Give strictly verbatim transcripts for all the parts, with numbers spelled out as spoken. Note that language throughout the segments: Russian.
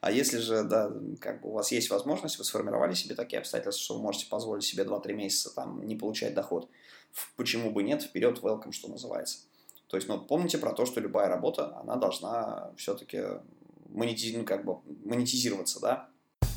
А если же, да, как бы у вас есть возможность, вы сформировали себе такие обстоятельства, что вы можете позволить себе два-три месяца там не получать доход, почему бы нет, вперед, welcome, что называется. То есть, ну, помните про то, что любая работа, она должна все-таки монетиз... ну, как бы монетизироваться, да.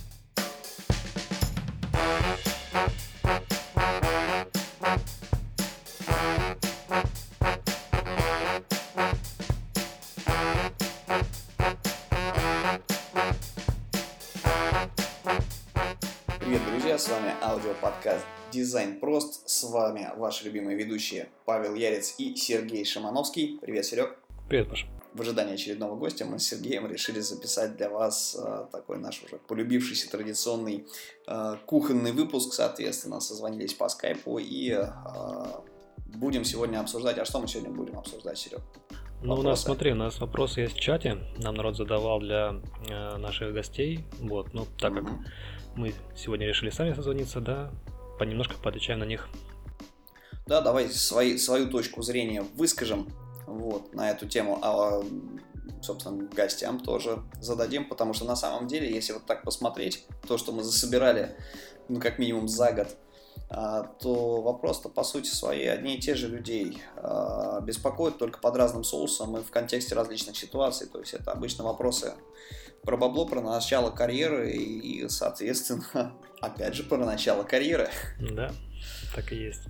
Привет, друзья, с вами аудиоподкаст «Дизайн прост». С вами ваши любимые ведущие Павел Ярец и Сергей Шимановский. Привет, Серег. Привет, Паша. В ожидании очередного гостя мы с Сергеем решили записать для вас э, такой наш уже полюбившийся традиционный э, кухонный выпуск. Соответственно, созвонились по скайпу и э, будем сегодня обсуждать. А что мы сегодня будем обсуждать, Серег? Ну, вопросы? У нас, смотри, у нас вопросы есть в чате. Нам народ задавал для э, наших гостей. Вот, ну, так как mm-hmm. мы сегодня решили сами созвониться, да, понемножко поотвечаем на них. Да, давай свои, свою точку зрения выскажем. Вот, на эту тему, а, собственно, гостям тоже зададим, потому что на самом деле, если вот так посмотреть, то, что мы засобирали, ну, как минимум за год, а, то вопрос-то, по сути своей, одни и те же людей а, беспокоят, только под разным соусом и в контексте различных ситуаций, то есть это обычно вопросы про бабло, про начало карьеры и, соответственно, опять же, про начало карьеры. Да, так и есть.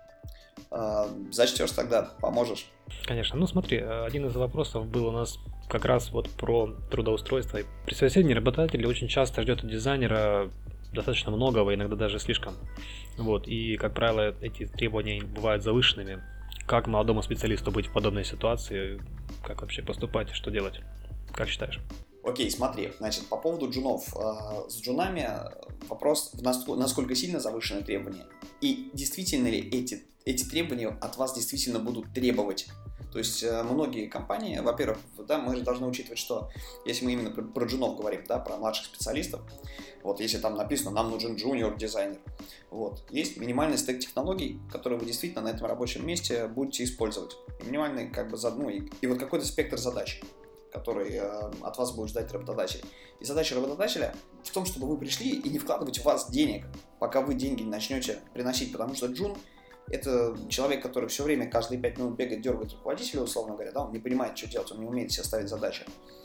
А, зачтешь тогда, поможешь? Конечно. Ну смотри, один из вопросов был у нас как раз вот про трудоустройство. При собеседовании работодатель очень часто ждет от дизайнера достаточно многого, иногда даже слишком. Вот. И, как правило, эти требования бывают завышенными. Как молодому специалисту быть в подобной ситуации? Как вообще поступать? Что делать? Как считаешь? Окей, смотри, значит, по поводу джунов. С джунами вопрос, насколько сильно завышены требования. И действительно ли эти, эти требования от вас действительно будут требовать? То есть многие компании, во-первых, да, мы же должны учитывать, что если мы именно про, про джунов говорим, да, про младших специалистов, вот если там написано «нам нужен джуниор-дизайнер», вот, есть минимальный стек технологий, которые вы действительно на этом рабочем месте будете использовать. И минимальный как бы за, ну, и, и вот какой-то спектр задач, который э, от вас будет ждать работодатель. И задача работодателя в том, чтобы вы пришли и не вкладывать в вас денег, пока вы деньги не начнете приносить, потому что джун — это человек, который все время, каждые пять минут бегает, дергает руководителя, условно говоря, да, он не понимает, что делать, он не умеет себе ставить задачи.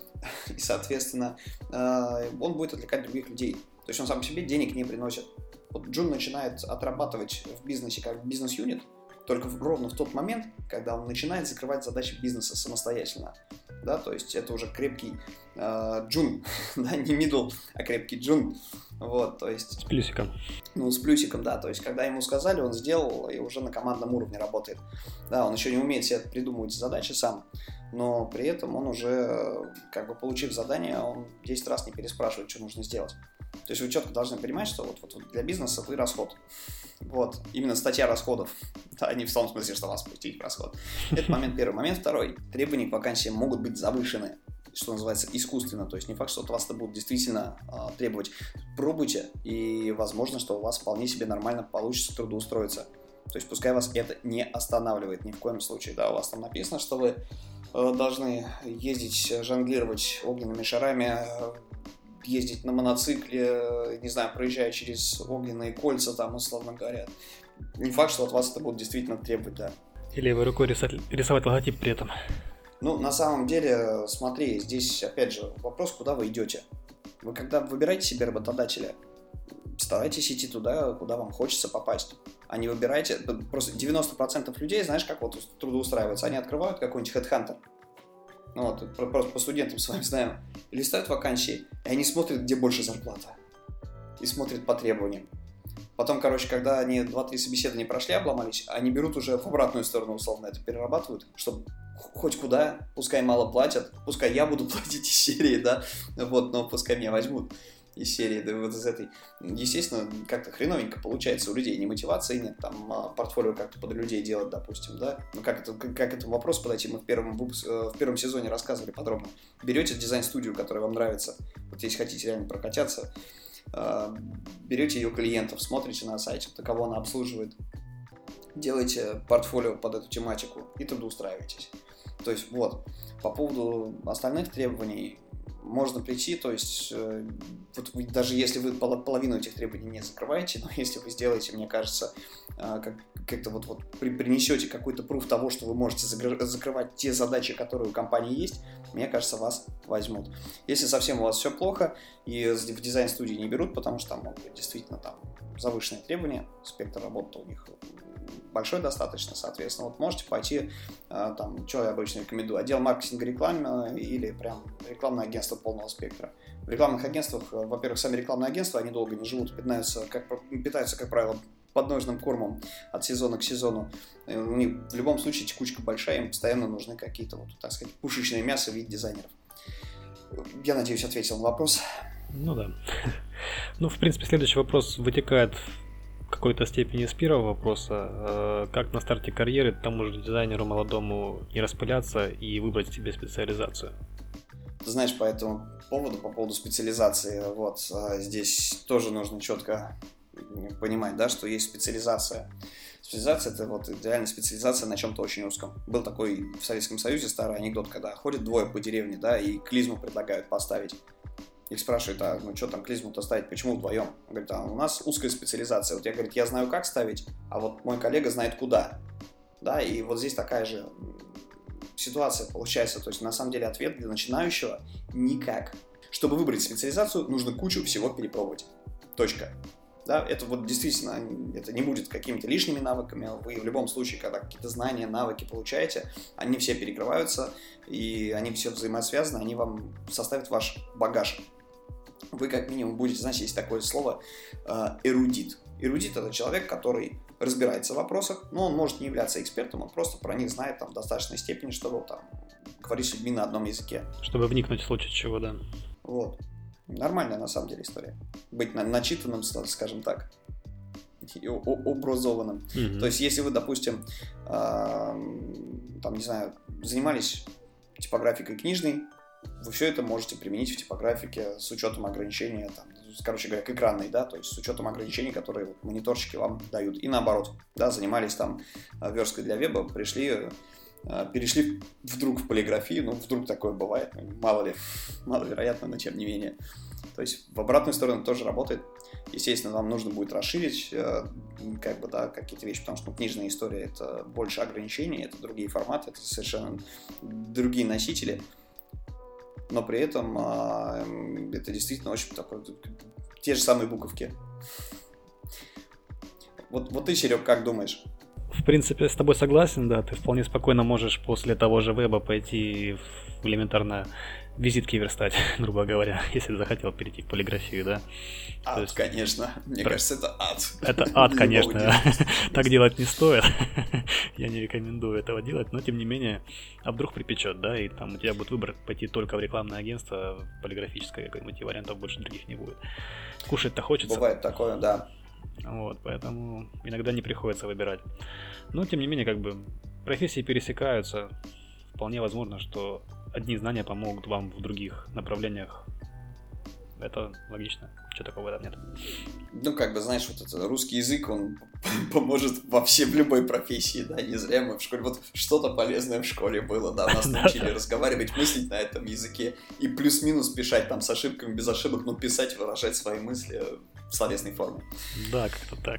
И, соответственно, э, он будет отвлекать других людей. То есть он сам по себе денег не приносит. Вот джун начинает отрабатывать в бизнесе как бизнес-юнит только ровно в тот момент, когда он начинает закрывать задачи бизнеса самостоятельно. Да, то есть это уже крепкий э, джун, да, не middle, а крепкий джун. Вот, то есть... С плюсиком. Ну, с плюсиком, да. То есть, когда ему сказали, он сделал и уже на командном уровне работает. Да, он еще не умеет себе придумывать задачи сам, но при этом он уже, как бы получив задание, он десять раз не переспрашивает, что нужно сделать. То есть вы четко должны понимать, что вот, вот для бизнеса вы расход. Вот, именно статья расходов, да, не в том смысле, что вас пустить в расход. Это момент первый. Момент второй. Требования к вакансиям могут быть завышены, что называется, искусственно. То есть не факт, что от вас это будут действительно э, требовать. Пробуйте, и возможно, что у вас вполне себе нормально получится трудоустроиться. То есть пускай вас это не останавливает ни в коем случае. Да, у вас там написано, что вы э, должны ездить, жонглировать огненными шарами, э, ездить на моноцикле, не знаю, проезжая через огненные кольца, там, условно говоря. Не факт, что от вас это будут действительно требовать, да. Или вы рукой рисовать, рисовать логотип при этом. Ну, на самом деле, смотри, здесь, опять же, вопрос, куда вы идете. Вы когда выбираете себе работодателя, старайтесь идти туда, куда вам хочется попасть. А не выбирайте... Просто девяносто процентов людей, знаешь, как вот трудоустраиваются, они открывают какой-нибудь HeadHunter. Ну вот, просто по студентам с вами знаем. Листают вакансии, и они смотрят, где больше зарплата. И смотрят по требованиям. Потом, короче, когда они два-три собеседования прошли, обломались, они берут уже в обратную сторону, условно, это перерабатывают, чтобы хоть куда, пускай мало платят, пускай я буду платить из серии, да, вот, но пускай меня возьмут из серии, да, вот из этой. Естественно, как-то хреновенько получается у людей, ни мотивации нет, там, портфолио как-то под людей делать, допустим, да. Ну, как это, как, как этому вопросу подойти, мы в первом, выпуске, в первом сезоне рассказывали подробно. Берете дизайн-студию, которая вам нравится, вот если хотите реально прокачаться, берете ее клиентов, смотрите на сайте, кого она обслуживает, делаете портфолио под эту тематику и трудоустраиваетесь. То есть, вот, по поводу остальных требований, можно прийти, то есть э, вот вы, даже если вы пол- половину этих требований не закрываете, но если вы сделаете, мне кажется, э, как, как-то вот, вот при, принесете какой-то пруф того, что вы можете загр- закрывать те задачи, которые у компании есть, мне кажется, вас возьмут. Если совсем у вас все плохо и в дизайн-студии не берут, потому что там могут быть действительно там завышенные требования, спектр работы у них большой достаточно, соответственно, вот можете пойти, там, что я обычно рекомендую, отдел маркетинга, рекламы или прям рекламное агентство полного спектра. В рекламных агентствах, во-первых, сами рекламные агентства, они долго не живут, питаются, как, питаются, как правило, подножным кормом от сезона к сезону. У них в любом случае текучка большая, им постоянно нужны какие-то, вот, так сказать, пушечное мясо в виде дизайнеров. Я надеюсь, ответил на вопрос. Ну да. Ну, в принципе, следующий вопрос вытекает в какой-то степени из первого вопроса. Как на старте карьеры тому же дизайнеру молодому не распыляться и выбрать себе специализацию? Ты знаешь, по этому поводу, по поводу специализации, вот здесь тоже нужно четко понимать, да, что есть специализация. Специализация — это вот идеальная специализация на чем-то очень узком. Был такой в Советском Союзе старый анекдот, когда ходят двое по деревне, да, и клизму предлагают поставить. Их спрашивают, а ну что там клизму-то ставить, почему вдвоем? Он говорит, а у нас узкая специализация. Вот я, говорит, я знаю, как ставить, а вот мой коллега знает, куда. Да, и вот здесь такая же ситуация получается. То есть, на самом деле, ответ для начинающего – никак. Чтобы выбрать специализацию, нужно кучу всего перепробовать. Точка. Да, это вот действительно, это не будет какими-то лишними навыками. Вы в любом случае, когда какие-то знания, навыки получаете, они все перекрываются, и они все взаимосвязаны, они вам составят ваш багаж. Вы как минимум будете, знаете, есть такое слово эрудит. Эрудит — это человек, который разбирается в вопросах, но он может не являться экспертом, он просто про них знает там, в достаточной степени, чтобы там, говорить с людьми на одном языке. Чтобы вникнуть в случае чего, да. Вот. Нормальная на самом деле история. Быть на- начитанным, скажем так, и о- образованным. Mm-hmm. То есть, если вы, допустим, э- там, не знаю, занимались типографикой книжной, вы все это можете применить в типографике с учетом ограничения, там, короче говоря, к экранной, да, то есть с учетом ограничений, которые вот, мониторщики вам дают. И наоборот, да, занимались там версткой для веба, пришли, перешли вдруг в полиграфию, ну, вдруг такое бывает, мало ли, маловероятно, но тем не менее. То есть в обратную сторону тоже работает. Естественно, вам нужно будет расширить как бы, да, какие-то вещи, потому что ну, книжная история — это больше ограничений, это другие форматы, это совершенно другие носители. Но при этом а, это действительно очень такой, те же самые буковки. Вот, вот ты, Серег, как думаешь? В принципе, с тобой согласен, да, ты вполне спокойно можешь после того же веба пойти в элементарно визитки верстать, грубо говоря, если ты захотел перейти в полиграфию, да. Ад, есть... конечно. Мне Про... кажется, это ад. Это ад, конечно. Так делать не стоит. Я не рекомендую этого делать, но тем не менее, а вдруг припечет, да, и там у тебя будет выбор пойти только в рекламное агентство, полиграфическое какое-нибудь, и вариантов больше других не будет. Кушать-то хочется. Бывает такое, да. Вот, поэтому иногда не приходится выбирать. Но, тем не менее, как бы профессии пересекаются. Вполне возможно, что одни знания помогут вам в других направлениях. Это логично. Чего такого в этом нет? Ну, как бы, знаешь, вот это русский язык, он поможет во всей, в любой профессии, да, не зря мы в школе, вот что-то полезное в школе было, да, нас научили разговаривать, мыслить на этом языке и плюс-минус писать там с ошибками, без ошибок, но писать, выражать свои мысли в словесной форме. Да, как-то так.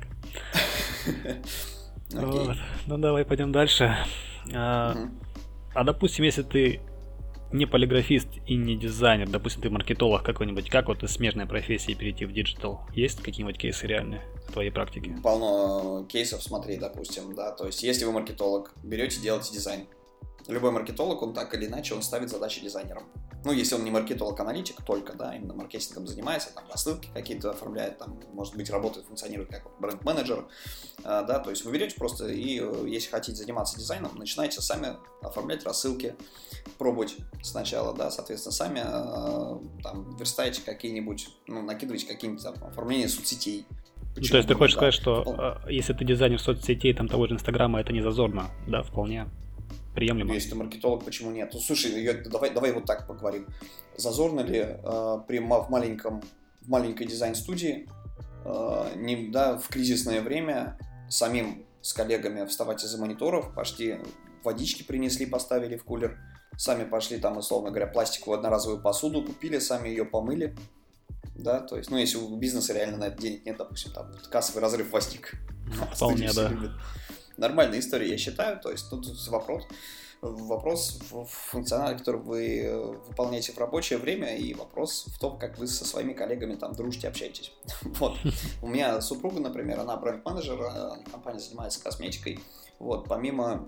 Вот. Ну, давай пойдем дальше. А, угу. а допустим, если ты не полиграфист и не дизайнер, допустим, ты маркетолог какой-нибудь, как вот из смежной профессии перейти в диджитал? Есть какие-нибудь кейсы реальные в твоей практике? Полно кейсов, смотри, допустим, да, то есть если вы маркетолог, берете, делаете дизайн. Любой маркетолог, он так или иначе, он ставит задачи дизайнерам. Ну, если он не маркетолог-аналитик только, да, именно маркетингом занимается, там, рассылки какие-то оформляет, там, может быть, работает, функционирует как бренд-менеджер, а, да, то есть вы берете просто и, если хотите заниматься дизайном, начинаете сами оформлять рассылки, пробовать сначала, да, соответственно, сами а, там верстаете какие-нибудь, ну, накидываете какие-нибудь там оформления соцсетей. Ну, то есть ты хочешь да? сказать, что ну, если ты дизайнер соцсетей, там, того же Инстаграма, это не зазорно, да, вполне? Приемлемо. Если ты маркетолог, почему нет? Ну, слушай, я, давай, давай вот так поговорим. Зазорно ли э, при, в, маленьком, в маленькой дизайн-студии э, не, да, в кризисное время самим с коллегами вставать из-за мониторов, пошли водички принесли, поставили в кулер, сами пошли там, условно говоря, пластиковую одноразовую посуду купили, сами ее помыли, да, то есть, ну, если у бизнеса реально на это денег нет, допустим, там кассовый разрыв возник. Вполне, да. Нормальная история, я считаю, то есть, тут вопрос, вопрос в функционале, который вы выполняете в рабочее время, и вопрос в том, как вы со своими коллегами там дружите, общаетесь. Вот. У меня супруга, например, она бренд-менеджер, компания занимается косметикой, вот, помимо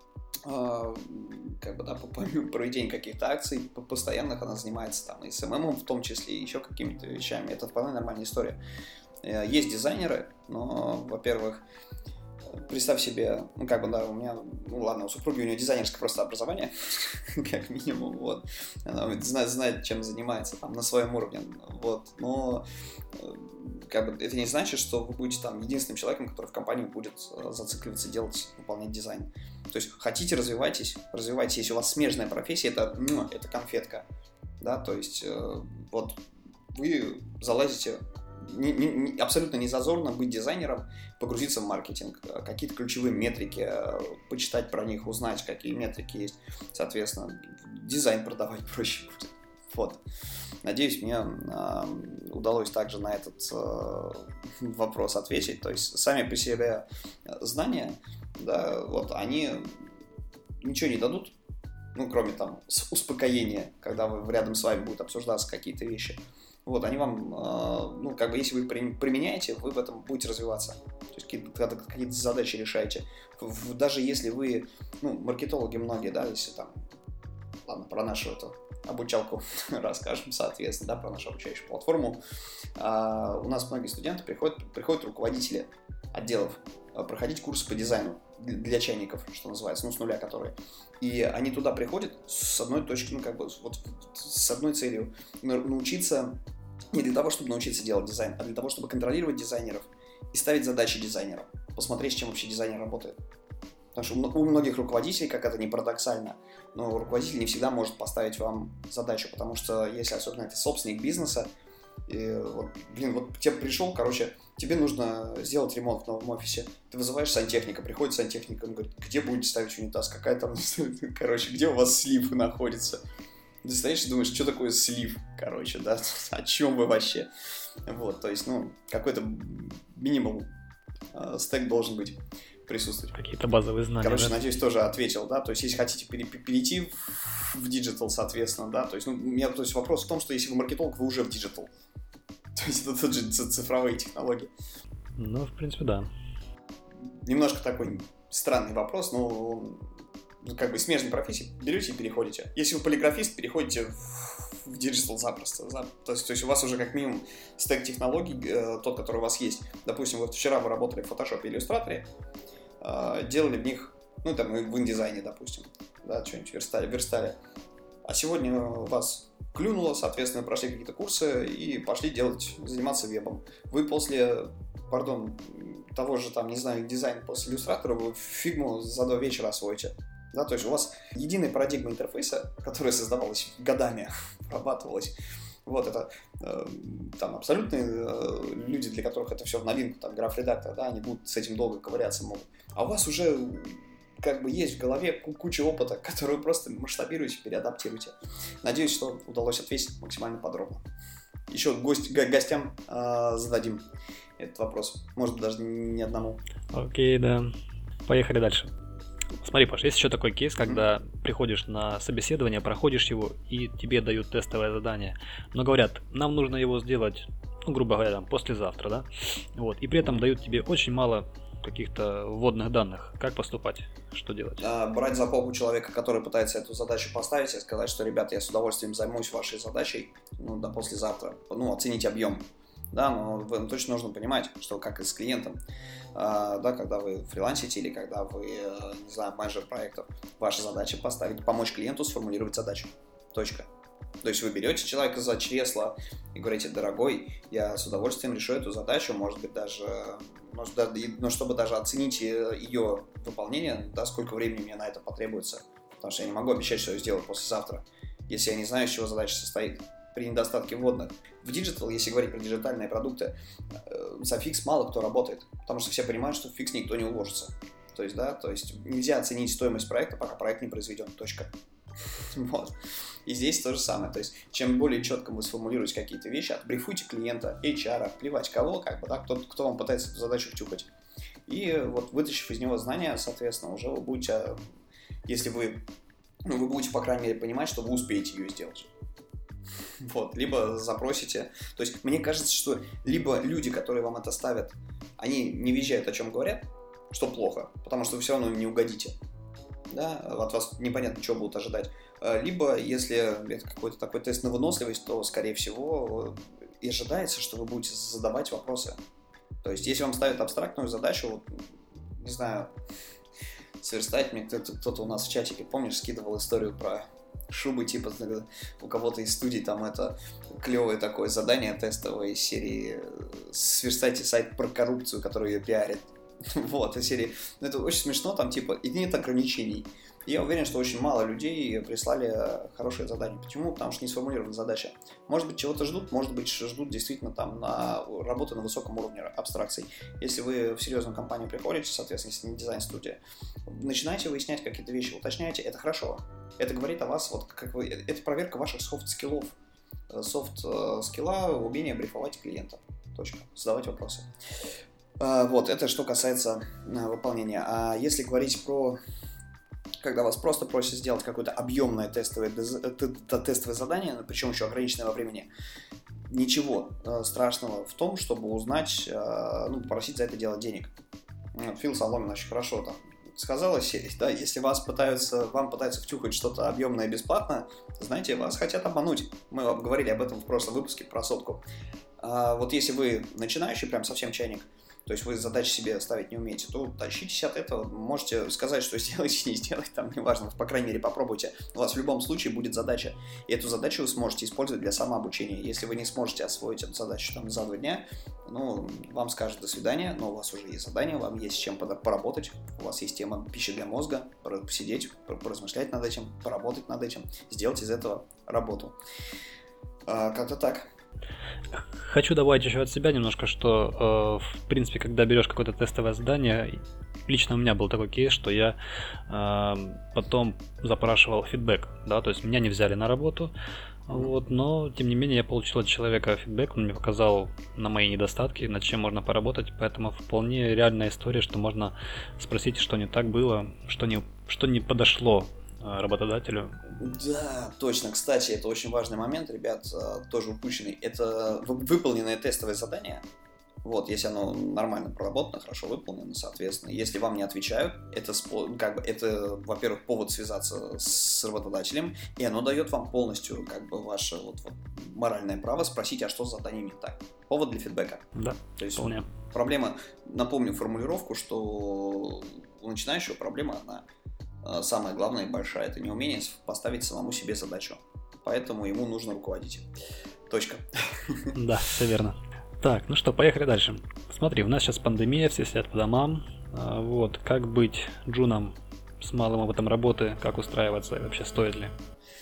как бы, да, помимо проведения каких-то акций постоянных, она занимается там и эс эм эм в том числе, и еще какими-то вещами. Это вполне нормальная история. Есть дизайнеры, но, во-первых, представь себе, ну, как бы, да, у меня, ну, ладно, у супруги, у нее дизайнерское просто образование, как минимум, вот, она знает, знает, чем занимается, там, на своем уровне, вот, но, как бы, это не значит, что вы будете, там, единственным человеком, который в компании будет зацикливаться, делать, выполнять дизайн. То есть, хотите, развивайтесь, развивайтесь, если у вас смежная профессия, это, ну, это конфетка, да, то есть, вот, вы залазите... Не, не, абсолютно не зазорно быть дизайнером, погрузиться в маркетинг, какие-то ключевые метрики, почитать про них, узнать, какие метрики есть. Соответственно, дизайн продавать проще будет. Вот. Надеюсь, мне э, удалось также на этот э, вопрос ответить. То есть, сами по себе знания, да, вот, они ничего не дадут, ну, кроме там успокоения, когда вы, рядом с вами будут обсуждаться какие-то вещи. Вот, они вам, э, ну, как бы, если вы их применяете, вы в этом будете развиваться. То есть, какие-то, какие-то задачи решаете. В, даже если вы, ну, маркетологи многие, да, если там, ладно, про нашу эту обучалку расскажем, соответственно, да, про нашу обучающую платформу. А, у нас многие студенты приходят, приходят руководители отделов проходить курсы по дизайну для чайников, что называется, ну, с нуля которые. И они туда приходят с одной точки, ну, как бы, вот с одной целью научиться, не для того, чтобы научиться делать дизайн, а для того, чтобы контролировать дизайнеров и ставить задачи дизайнерам, посмотреть, с чем вообще дизайнер работает. Потому что у многих руководителей, как это не парадоксально, но руководитель не всегда может поставить вам задачу, потому что, если особенно это собственник бизнеса, и вот, блин, вот тебе пришел, короче, тебе нужно сделать ремонт в новом офисе, ты вызываешь сантехника, приходит сантехник, он говорит, где будете ставить унитаз, какая там, короче, где у вас слив находится? Ты стоишь и думаешь, что такое слив, короче, да, о чем вы вообще? Вот, то есть, ну, какой-то минимум э, стек должен быть присутствовать. Какие-то базовые знания. Короче, да? Надеюсь, тоже ответил, да, то есть, если хотите перейти в диджитал, соответственно, да, то есть, ну, у меня, то есть, вопрос в том, что если вы маркетолог, вы уже в диджитал. То есть, это тот же цифровые технологии. Ну, в принципе, да. Немножко такой странный вопрос, но, как бы, смежные профессии берете и переходите. Если вы полиграфист, переходите в, в диджитал запросто. За, то, есть, то есть, у вас уже, как минимум, стек технологий, э, тот, который у вас есть. Допустим, вот вчера вы работали в Photoshop и Illustrator, э, делали в них, ну, там, в индизайне, допустим, да, что-нибудь верстали, верстали. А сегодня вас клюнуло, соответственно, прошли какие-то курсы и пошли делать, заниматься вебом. Вы после, пардон, того же, там, не знаю, дизайна после иллюстратора, вы фигму за два вечера освоите. Да, то есть у вас единая парадигма интерфейса, которая создавалась годами, прорабатывалась. Вот это э, там абсолютные э, люди, для которых это все в новинку, там, граф-редактор, да, они будут с этим долго ковыряться могут. А у вас уже как бы есть в голове куча опыта, который вы просто масштабируете, переадаптируете. Надеюсь, что удалось ответить максимально подробно. Еще гость, го- гостям э, зададим этот вопрос. Может быть, даже не одному. Окей, да. Поехали дальше. Смотри, Паш, есть еще такой кейс, когда mm-hmm. приходишь на собеседование, проходишь его, и тебе дают тестовое задание. Но говорят, нам нужно его сделать, ну, грубо говоря, там, послезавтра, да? Вот. И при этом дают тебе очень мало каких-то вводных данных. Как поступать? Что делать? А, брать за попу человека, который пытается эту задачу поставить, и сказать, что, ребята, я с удовольствием займусь вашей задачей, ну, до послезавтра. Ну, оценить объем. Да, но вам точно нужно понимать, что как и с клиентом, а, да, когда вы фрилансите или когда вы, не знаю, менеджер проектов, ваша задача поставить, помочь клиенту сформулировать задачу. Точка. То есть вы берете человека за чресло и говорите, дорогой, я с удовольствием решу эту задачу, может быть, даже, может, но чтобы даже оценить ее выполнение, да, сколько времени мне на это потребуется, потому что я не могу обещать, что я сделаю послезавтра, если я не знаю, из чего задача состоит. При недостатке вводных. В диджитал, если говорить про диджитальные продукты, за фикс мало кто работает, потому что все понимают, что в фикс никто не уложится. То есть, да, то есть нельзя оценить стоимость проекта, пока проект не произведен. Точка. Вот. И здесь то же самое. То есть, чем более четко вы сформулируете какие-то вещи, отбрифуйте клиента, эйч ар, плевать кого, как бы, да, кто, кто вам пытается эту задачу втюхать. И вот вытащив из него знания, соответственно, уже вы будете, если вы, ну, вы будете, по крайней мере, понимать, что вы успеете ее сделать. Вот, либо запросите. То есть, мне кажется, что либо люди, которые вам это ставят, они не визжают, о чем говорят, что плохо, потому что вы все равно им не угодите. Да, от вас непонятно, чего будут ожидать. Либо, если это какой-то такой тест на выносливость, то, скорее всего, и ожидается, что вы будете задавать вопросы. То есть, если вам ставят абстрактную задачу, вот, не знаю, сверстать, мне кто-то, кто-то у нас в чатике, помнишь, скидывал историю про шубы, типа, у кого-то из студий там это клевое такое задание тестовое из серии «Сверстайте сайт про коррупцию, который ее пиарит». Вот, из серии. Это очень смешно, там типа, и нет ограничений. И я уверен, что очень мало людей прислали хорошие задания. Почему? Потому что не сформулирована задача. Может быть, чего-то ждут, может быть, ждут действительно там на работы на высоком уровне абстракций. Если вы в серьезную компанию приходите, соответственно, если не дизайн-студия, начинайте выяснять какие-то вещи, уточняйте, это хорошо. Это говорит о вас, вот как вы, это проверка ваших софт-скиллов. Софт-скилла, умение брифовать клиента. Точка. Задавать вопросы. Вот, это что касается выполнения. А если говорить про, когда вас просто просят сделать какое-то объемное тестовое, тестовое задание, причем еще ограниченное во времени, ничего страшного в том, чтобы узнать, ну, попросить за это делать денег. Фил Соломин очень хорошо там сказал, да, если вас пытаются, вам пытаются втюхать что-то объемное бесплатно, знаете, вас хотят обмануть. Мы говорили об этом в прошлом выпуске про сотку. А вот если вы начинающий, прям совсем чайник, то есть вы задачи себе ставить не умеете, то тащитесь от этого, можете сказать, что сделаете, не сделать, там, неважно, по крайней мере, попробуйте. У вас в любом случае будет задача, и эту задачу вы сможете использовать для самообучения. Если вы не сможете освоить эту задачу там за два дня, ну, вам скажут до свидания, но у вас уже есть задание, вам есть с чем поработать, у вас есть тема пищи для мозга, посидеть, поразмышлять над этим, поработать над этим, сделать из этого работу. А, как-то так. Хочу добавить еще от себя немножко, что, э, в принципе, когда берешь какое-то тестовое задание, лично у меня был такой кейс, что я э, потом запрашивал фидбэк, да, то есть меня не взяли на работу, вот, но, тем не менее, я получил от человека фидбэк, он мне показал на мои недостатки, над чем можно поработать, поэтому вполне реальная история, что можно спросить, что не так было, что не, что не подошло работодателю. Да, точно. Кстати, это очень важный момент, ребят, тоже упущенный. Это выполненное тестовое задание. Вот, если оно нормально проработано, хорошо выполнено, соответственно. Если вам не отвечают, это, как бы, это, во-первых, повод связаться с работодателем, и оно дает вам полностью, как бы, ваше вот, вот, моральное право спросить, а что с заданием не так. Повод для фидбэка. Да, то есть вполне. Проблема, напомню формулировку, что у начинающего проблема одна. Самое главное и большая – это неумение поставить самому себе задачу. Поэтому ему нужно руководить. Точка. Да, все верно. Так, ну что, поехали дальше. Смотри, у нас сейчас пандемия, все сидят по домам. Вот, как быть джуном с малым опытом работы, как устраиваться и вообще стоит ли?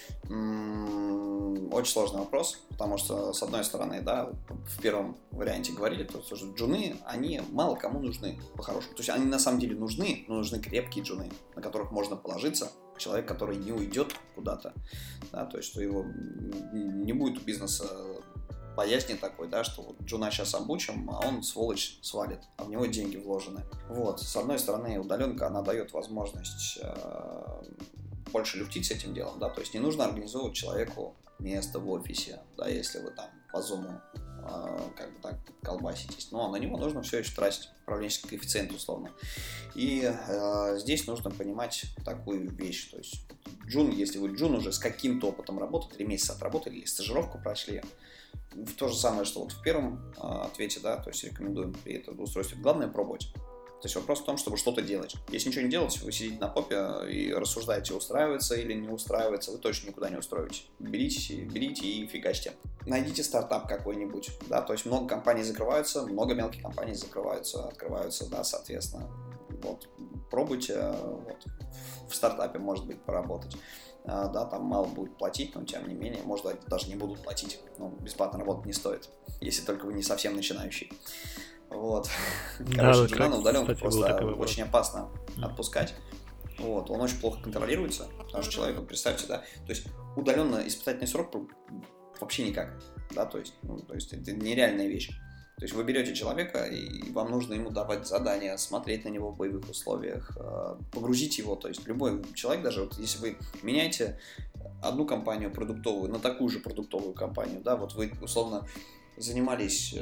Очень сложный вопрос, потому что, с одной стороны, да, в первом варианте говорили, то есть джуны, они мало кому нужны, по-хорошему. То есть они на самом деле нужны, но нужны крепкие джуны, на которых можно положиться. Человек, который не уйдет куда-то, да, то есть что его не будет у бизнеса боязни такой, да, что вот джуна сейчас обучим, а он, сволочь, свалит, а в него деньги вложены. Вот, с одной стороны, удаленка, она дает возможность э, больше люфтить с этим делом, да, то есть не нужно организовывать человеку место в офисе, да, если вы там по зуму э, как бы так колбаситесь, но на него нужно все еще тратить управленческий коэффициент условно. И э, здесь нужно понимать такую вещь, то есть джун, если вы джун уже с каким-то опытом работы, три месяца отработали или стажировку прошли, то же самое, что вот в первом э, ответе, да, то есть рекомендуем при этом устройстве. Главное пробовать. То есть вопрос в том, чтобы что-то делать. Если ничего не делать, вы сидите на попе и рассуждаете, устраивается или не устраивается, вы точно никуда не устроитесь. Берите, берите и фигачьте. Найдите стартап какой-нибудь, да, то есть много компаний закрываются, много мелких компаний закрываются, открываются, да, соответственно. Вот, пробуйте, вот, в стартапе, может быть, поработать. Да, там мало будет платить, но тем не менее, может быть, даже не будут платить. Ну, бесплатно работать не стоит, если только вы не совсем начинающий. Вот. Короче, да, джуна на удаленку кстати, просто очень опасно mm. отпускать. Вот, он очень плохо контролируется, потому что человек, вот представьте, да, то есть удаленно испытательный срок вообще никак, да, то есть, ну, то есть это нереальная вещь. То есть вы берете человека, и вам нужно ему давать задания, смотреть на него в боевых условиях, погрузить его, то есть любой человек, даже вот если вы меняете одну компанию продуктовую на такую же продуктовую компанию, да, вот вы условно занимались,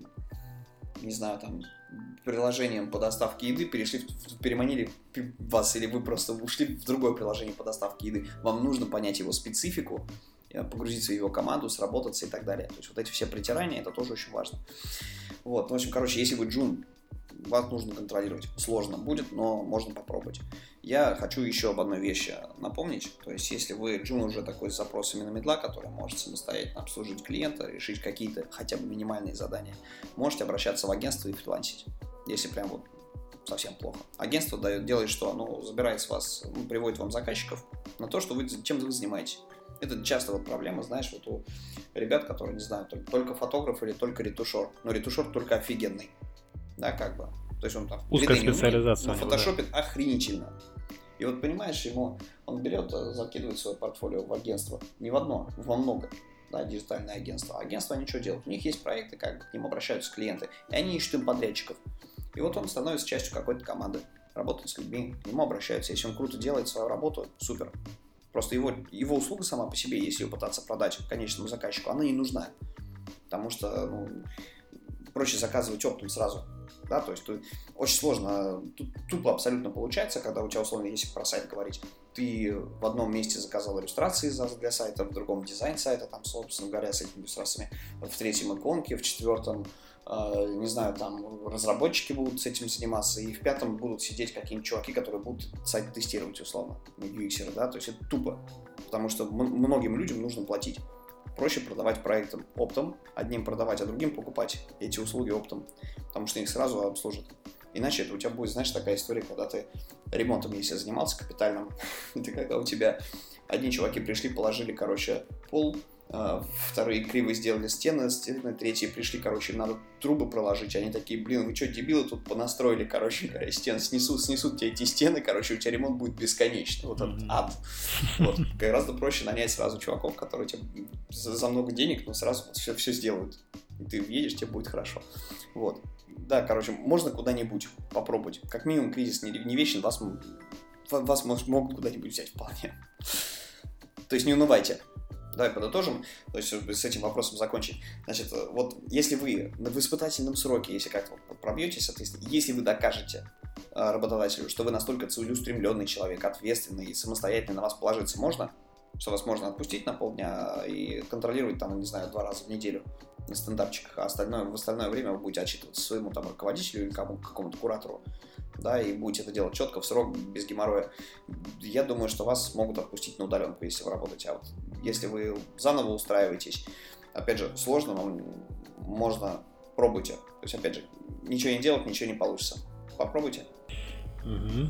не знаю, там, приложением по доставке еды, перешли, переманили вас, или вы просто ушли в другое приложение по доставке еды, вам нужно понять его специфику, погрузиться в его команду, сработаться и так далее. То есть вот эти все притирания, это тоже очень важно. Вот, в общем, короче, если вы джун, вас нужно контролировать. Сложно будет, но можно попробовать. Я хочу еще об одной вещи напомнить. То есть, если вы джун уже такой с запросами на медла, который может самостоятельно обслужить клиента, решить какие-то хотя бы минимальные задания, можете обращаться в агентство и фрилансить. Если прям вот совсем плохо. Агентство дает, делает что? Оно забирает с вас, ну, приводит вам заказчиков на то, что вы, чем вы занимаетесь. Это часто вот проблема, знаешь, вот у ребят, которые, не знаю, только, только фотограф или только ретушер. Но ретушер только офигенный. Да, как бы. То есть он там узкая специализация. Но фотошопит да. охренительно. И вот понимаешь, ему он берет, закидывает свое портфолио в агентство. Не в одно, во много. Да, диджитальное агентство. Агентство они что делают? У них есть проекты, как бы к ним обращаются клиенты. И они ищут им подрядчиков. И вот он становится частью какой-то команды. Работает с людьми, к нему обращаются. Если он круто делает свою работу, супер. Просто его, его услуга сама по себе, если ее пытаться продать конечному заказчику, она не нужна. Потому что ну, проще заказывать оптом сразу. Да, то есть тут очень сложно, тут, тупо абсолютно получается, когда у тебя, условно, если про сайт говорить, ты в одном месте заказал иллюстрации для сайта, в другом дизайн сайта, там, собственно говоря, с этими иллюстрациями, в третьем иконки, в четвертом, э, не знаю, там, разработчики будут с этим заниматься, и в пятом будут сидеть какие-нибудь чуваки, которые будут сайт тестировать, условно, ю экс-еры, да, то есть это тупо, потому что м- многим людям нужно платить. Проще продавать проектом оптом, одним продавать, а другим покупать эти услуги оптом, потому что их сразу обслужат. Иначе это у тебя будет, знаешь, такая история, когда ты ремонтом, если занимался капитальным, это когда у тебя одни чуваки пришли, положили, короче, пол, вторые криво сделали стены, стены, третьи пришли, короче, им надо трубы проложить, они такие, блин, вы что, дебилы, тут понастроили, короче, говоря, стены, снесут, снесут тебе эти стены, короче, у тебя ремонт будет бесконечный, вот этот ад. Вот. Гораздо проще нанять сразу чуваков, которые тебе за, за много денег, но сразу вот все, все сделают, и ты въедешь, тебе будет хорошо. Вот. Да, короче, можно куда-нибудь попробовать, как минимум кризис не, не вечен, вас, вас могут куда-нибудь взять вполне. То есть не унывайте. Давай подытожим, то есть с этим вопросом закончить. Значит, вот если вы в испытательном сроке, если как-то пробьетесь, соответственно, если вы докажете работодателю, что вы настолько целеустремленный человек, ответственный и самостоятельно на вас положиться можно, что вас можно отпустить на полдня и контролировать там, не знаю, два раза в неделю на стендапчиках, а остальное, в остальное время вы будете отчитываться своему там руководителю или кому, какому-то куратору, да, и будете это делать четко, в срок, без геморроя. Я думаю, что вас могут отпустить на удаленку, если вы работаете. А вот если вы заново устраиваетесь, опять же, сложно, но можно, пробуйте. То есть, опять же, ничего не делать, ничего не получится. Попробуйте. Угу.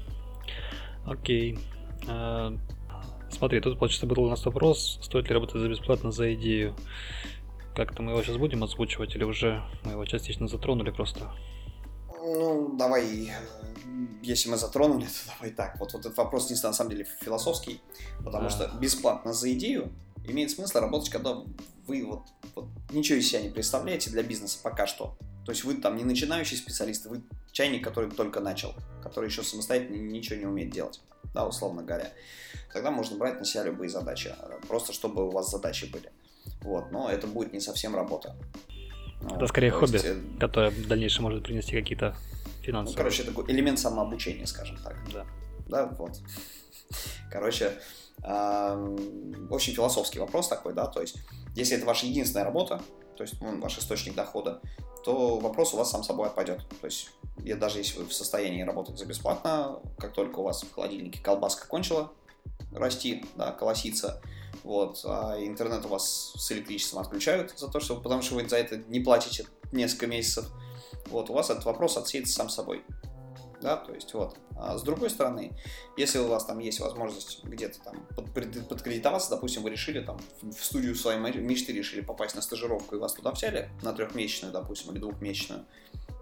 Окей. А, смотри, тут, получается, был у нас вопрос, стоит ли работать за бесплатно за идею. Как-то мы его сейчас будем озвучивать или уже мы его частично затронули просто? Ну, давай, если мы затронули, то давай так. Вот, вот этот вопрос, на самом деле, философский, потому да. что бесплатно за идею имеет смысл работать, когда вы вот, вот ничего из себя не представляете для бизнеса пока что. То есть вы там не начинающий специалист, вы чайник, который только начал, который еще самостоятельно ничего не умеет делать, да, условно говоря. Тогда можно брать на себя любые задачи, просто чтобы у вас задачи были. Вот, но это будет не совсем работа. Это ну, скорее хобби, есть, которое в дальнейшем может принести какие-то финансовые... Ну, короче, такой элемент самообучения, скажем так. Да. Да, вот. Короче, э, очень философский вопрос такой, да, то есть, если это ваша единственная работа, то есть, ну, ваш источник дохода, то вопрос у вас сам собой отпадет. То есть, даже если вы в состоянии работать за бесплатно, как только у вас в холодильнике колбаска кончила расти, да, колоситься, вот, а интернет у вас с электричеством отключают за то, что, потому что вы за это не платите несколько месяцев, вот, у вас этот вопрос отсеется сам собой, да, то есть, вот. А с другой стороны, если у вас там есть возможность где-то там под, подкредитоваться, допустим, вы решили там в студию своей мечты решили попасть на стажировку и вас туда взяли на трехмесячную, допустим, или двухмесячную,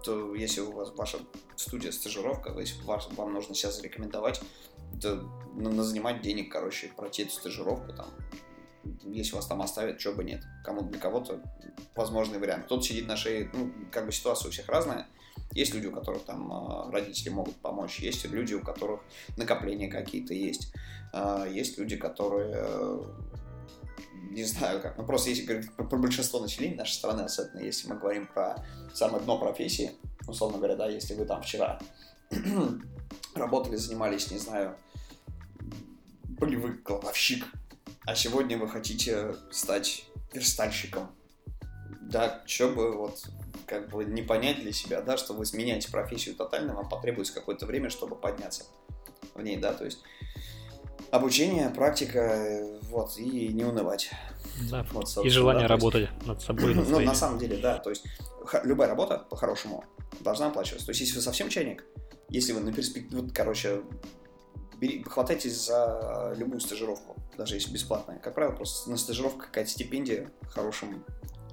то если у вас ваша студия стажировка, если ваш, вам нужно сейчас зарекомендовать, то на занимать денег, короче, пройти эту стажировку, там, если вас там оставят, чего бы нет. Кому для кого-то возможный вариант. Кто-то сидит на шее, ну, как бы ситуация у всех разная. Есть люди, у которых там родители могут помочь, есть люди, у которых накопления какие-то есть, есть люди, которые, не знаю как, ну просто если говорить про, про большинство населения нашей страны, особенно если мы говорим про самое дно профессии, условно говоря, да, если вы там вчера работали, занимались, не знаю, полевой кладовщик, а сегодня вы хотите стать верстальщиком, да, что бы вот как бы не понять для себя, да, что вы сменяете профессию тотально, вам потребуется какое-то время, чтобы подняться в ней, да, то есть обучение, практика, вот, и не унывать. Да, вот, и желание да, работать есть, над собой. Над ну, на самом деле, да, то есть х- любая работа, по-хорошему, должна оплачиваться. То есть, если вы совсем чайник, если вы на перспективу, вот, короче, бери, хватайтесь за любую стажировку, даже если бесплатная. Как правило, просто на стажировку какая-то стипендия хорошим,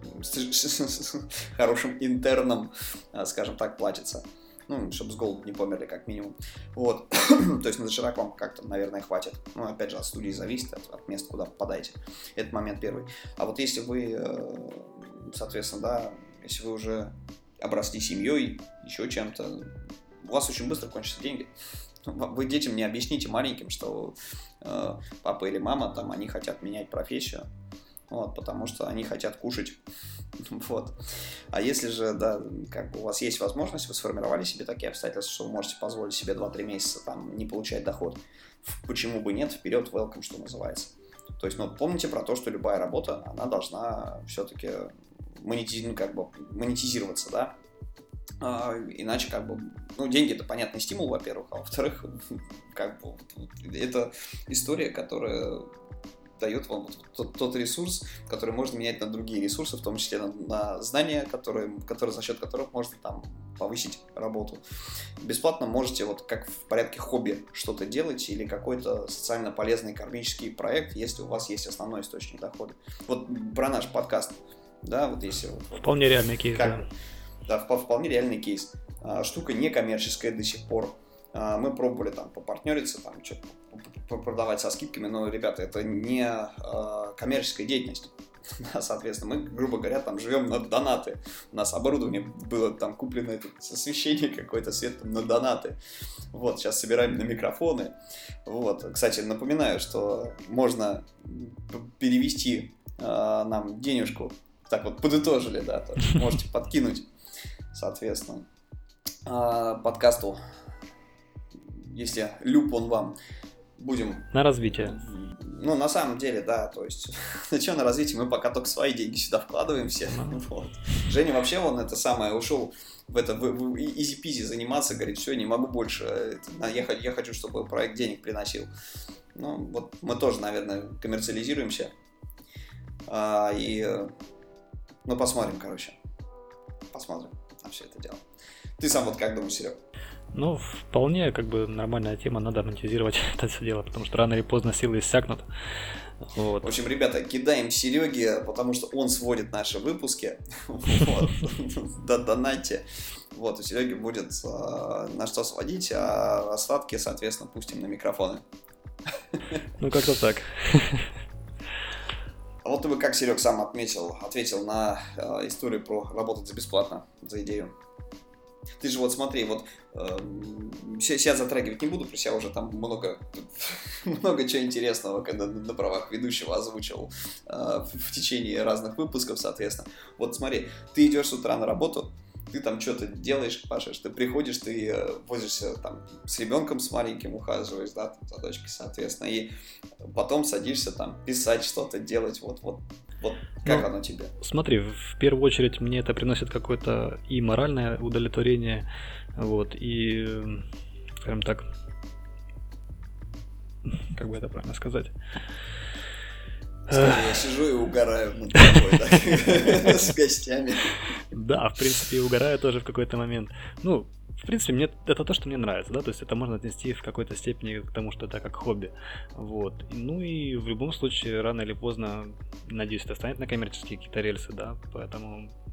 хорошим интернам, скажем так, платится. Ну, чтобы с голоду не померли, как минимум. Вот. То есть на доширак вам как-то, наверное, хватит. Ну, опять же, от студии зависит, от, от места, куда попадаете. Это момент первый. А вот если вы, соответственно, да, если вы уже обросли семьей, еще чем-то, у вас очень быстро кончатся деньги. Вы детям не объясните маленьким, что э, папа или мама, там, они хотят менять профессию. Вот, потому что они хотят кушать. Вот. А если же, да, как бы у вас есть возможность, вы сформировали себе такие обстоятельства, что вы можете позволить себе два-три месяца там не получать доход, почему бы нет, вперед, welcome, что называется. То есть, ну, помните про то, что любая работа, она должна все-таки монетиз... ну, как бы монетизироваться, да? А, иначе, как бы, ну, деньги — это понятный стимул, во-первых, а во-вторых, как бы, это история, которая дает вам тот, тот ресурс, который можно менять на другие ресурсы, в том числе на, на знания, которые, которые, за счет которых можно там повысить работу. Бесплатно можете вот как в порядке хобби что-то делать или какой-то социально полезный кармический проект, если у вас есть основной источник дохода. Вот про наш подкаст, да, вот если... Вполне реальный кейс, как, да. Да, вполне реальный кейс. Штука не коммерческая до сих пор. Мы пробовали там попартнериться, там что-то продавать со скидками, но, ребята, это не э, коммерческая деятельность. Соответственно, мы, грубо говоря, там живем на донаты. У нас оборудование было там куплено, это освещение какой-то, свет на донаты. Вот, сейчас собираем на микрофоны. Вот, кстати, напоминаю, что можно перевести э, нам денежку. Так вот, подытожили, да, можете подкинуть, соответственно, э, подкасту. Если люб он вам, будем... На развитие. Ну, на самом деле, да, то есть, зачем на развитие, мы пока только свои деньги сюда вкладываем все. Вот. Женя вообще, он это самое, ушел в это, в, в изи-пизи заниматься, говорит, все, не могу больше, это, я, я хочу, чтобы проект денег приносил. Ну, вот мы тоже, наверное, коммерциализируемся. А, и, ну, посмотрим, короче, посмотрим на все это дело. Ты сам вот как думаешь, Серег? Ну, вполне как бы нормальная тема, надо монетизировать это все дело, потому что рано или поздно силы иссякнут. Вот. В общем, ребята, кидаем Сереге, потому что он сводит наши выпуски. Донатьте. Вот, у Сереги будет на что сводить, а остатки, соответственно, пустим на микрофоны. Ну, как-то так. А вот ты бы как, Серег, сам отметил, ответил на историю про работать за бесплатно, за идею? Ты же вот смотри, вот э, сейчас затрагивать не буду, про себя уже там много, много чего интересного, когда на правах ведущего озвучил э, в течение разных выпусков, соответственно. Вот смотри, ты идешь с утра на работу, ты там что-то делаешь, пашешь, ты приходишь, ты возишься там с ребенком, с маленьким ухаживаешь, да, там, за дочкой, соответственно, и потом садишься там писать что-то, делать, вот, вот. Вот как ну, оно тебе? Смотри, в первую очередь мне это приносит какое-то и моральное удовлетворение, вот, и, скажем так, как бы это правильно сказать? Скажи, я сижу и угораю над тобой, да, с гостями. Да, в принципе, и угораю тоже в какой-то момент. Ну, в принципе, мне это то, что мне нравится, да, то есть это можно отнести в какой-то степени к тому, что это как хобби, вот. Ну и в любом случае, рано или поздно, надеюсь, это станет на коммерческие какие-то рельсы, да, поэтому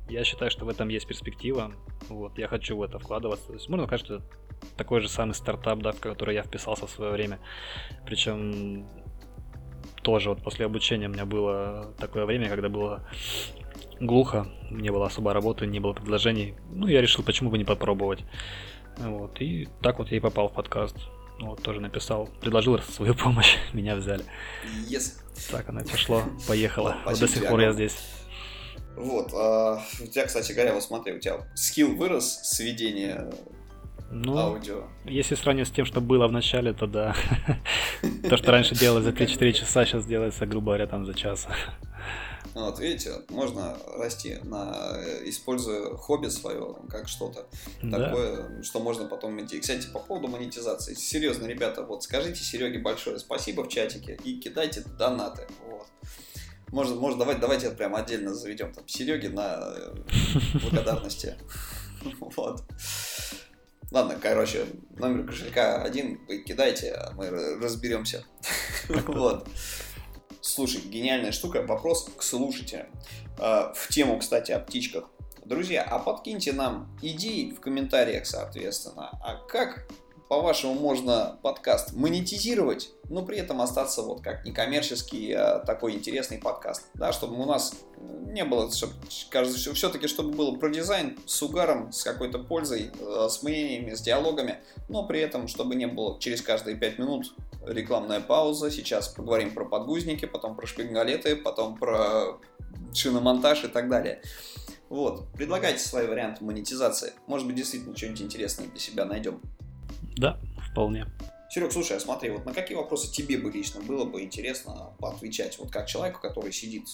Я считаю, что в этом есть перспектива. Вот, я хочу в это вкладываться. То есть можно сказать, что это такой же самый стартап, да, в который я вписался в свое время. Причем тоже вот после обучения у меня было такое время, когда было глухо, не было особо работы, не было предложений. Ну, я решил, почему бы не попробовать. Вот, и так вот я и попал в подкаст. Вот, тоже написал, предложил свою помощь, меня взяли. Yes. Так оно и пошло, поехало. Вот, вот до сих пор я здесь. Вот, а, у тебя, кстати говоря, вот смотри, у тебя скилл вырос с ведения ну, аудио. Если сравнивать с тем, что было в начале, то да. То, что раньше делалось за три-четыре часа, сейчас делается, грубо говоря, там за час. Вот, видите, можно расти, на, используя хобби свое, как что-то да. такое, что можно потом идти. Кстати, по поводу монетизации. Серьезно, ребята, вот скажите Сереге большое спасибо в чатике и кидайте донаты. Вот. Можно, может, давайте, давайте это прям отдельно заведем там Сереге на благодарности. Вот. Ладно, короче, номер кошелька один, вы кидайте, а мы разберемся. Вот. Слушай, гениальная штука. Вопрос к слушателям. В тему, кстати, о птичках. Друзья, а подкиньте нам идеи в комментариях, соответственно. А как, по-вашему, можно подкаст монетизировать, но при этом остаться вот как некоммерческий, а такой интересный подкаст? Да, чтобы у нас не было, чтобы, кажется, все-таки, чтобы было про дизайн с угаром, с какой-то пользой, с мнениями, с диалогами, но при этом, чтобы не было через каждые пять минут рекламная пауза. Сейчас поговорим про подгузники, потом про шпингалеты, потом про шиномонтаж и так далее. Вот. Предлагайте свои варианты монетизации. Может быть, действительно что-нибудь интересное для себя найдем. Да, вполне. Серег, слушай, а смотри, вот на какие вопросы тебе бы лично было бы интересно поотвечать? Вот как человеку, который сидит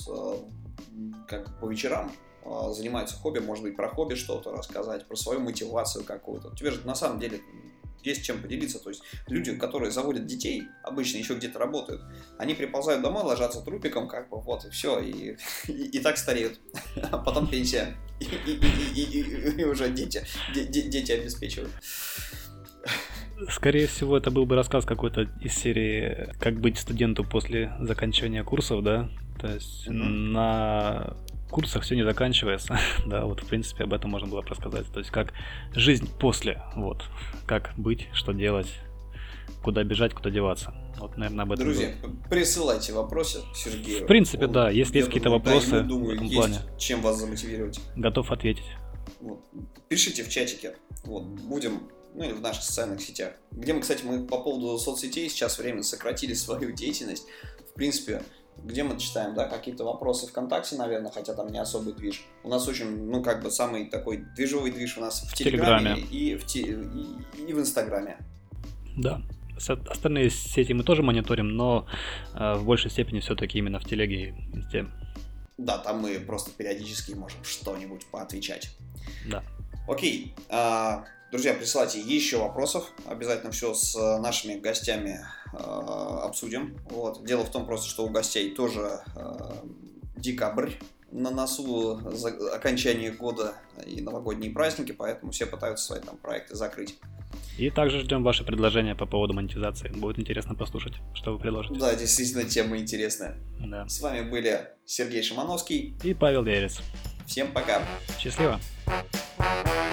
как по вечерам, занимается хобби, может быть, про хобби что-то рассказать, про свою мотивацию какую-то. Тебе же на самом деле есть чем поделиться. То есть люди, которые заводят детей, обычно еще где-то работают, они приползают домой, ложатся трупиком, как бы вот, и все, и, и, и так стареют. А потом пенсия. И, и, и, и, и, и уже дети, де, де, дети обеспечивают. Скорее всего, это был бы рассказ какой-то из серии «Как быть студенту после заканчивания курсов», да? То есть mm-hmm. на курсах все не заканчивается, да, вот в принципе об этом можно было рассказать. То есть как жизнь после, вот, как быть, что делать, куда бежать, куда деваться. Вот, наверное, об этом. Друзья, было. Присылайте вопросы Сергею. В принципе, Он, да, если есть какие-то думаю, вопросы да, думаю, в этом есть плане, чем вас замотивировать. Готов ответить. Вот. Пишите в чатике, вот, будем, ну или в наших социальных сетях. Где мы, кстати, мы по поводу соцсетей сейчас временно сократили свою деятельность. В принципе, где мы читаем, да, какие-то вопросы ВКонтакте, наверное, хотя там не особый движ. У нас очень, ну, как бы самый такой движовый движ у нас в Телеграме, Телеграме. И, в те, и, и в Инстаграме. Да. Остальные сети мы тоже мониторим, но э, в большей степени все-таки именно в Телеге и Инсте. Да, там мы просто периодически можем что-нибудь поотвечать. Да. Окей. А, друзья, присылайте еще вопросов. Обязательно все с нашими гостями э, обсудим. Вот. Дело в том просто, что у гостей тоже э, декабрь на носу, за окончание года и новогодние праздники, поэтому все пытаются свои там проекты закрыть. И также ждем ваши предложения по поводу монетизации. Будет интересно послушать, что вы предложите. Да, действительно, тема интересная. Да. С вами были Сергей Шимановский и Павел Верец. Всем пока. Счастливо.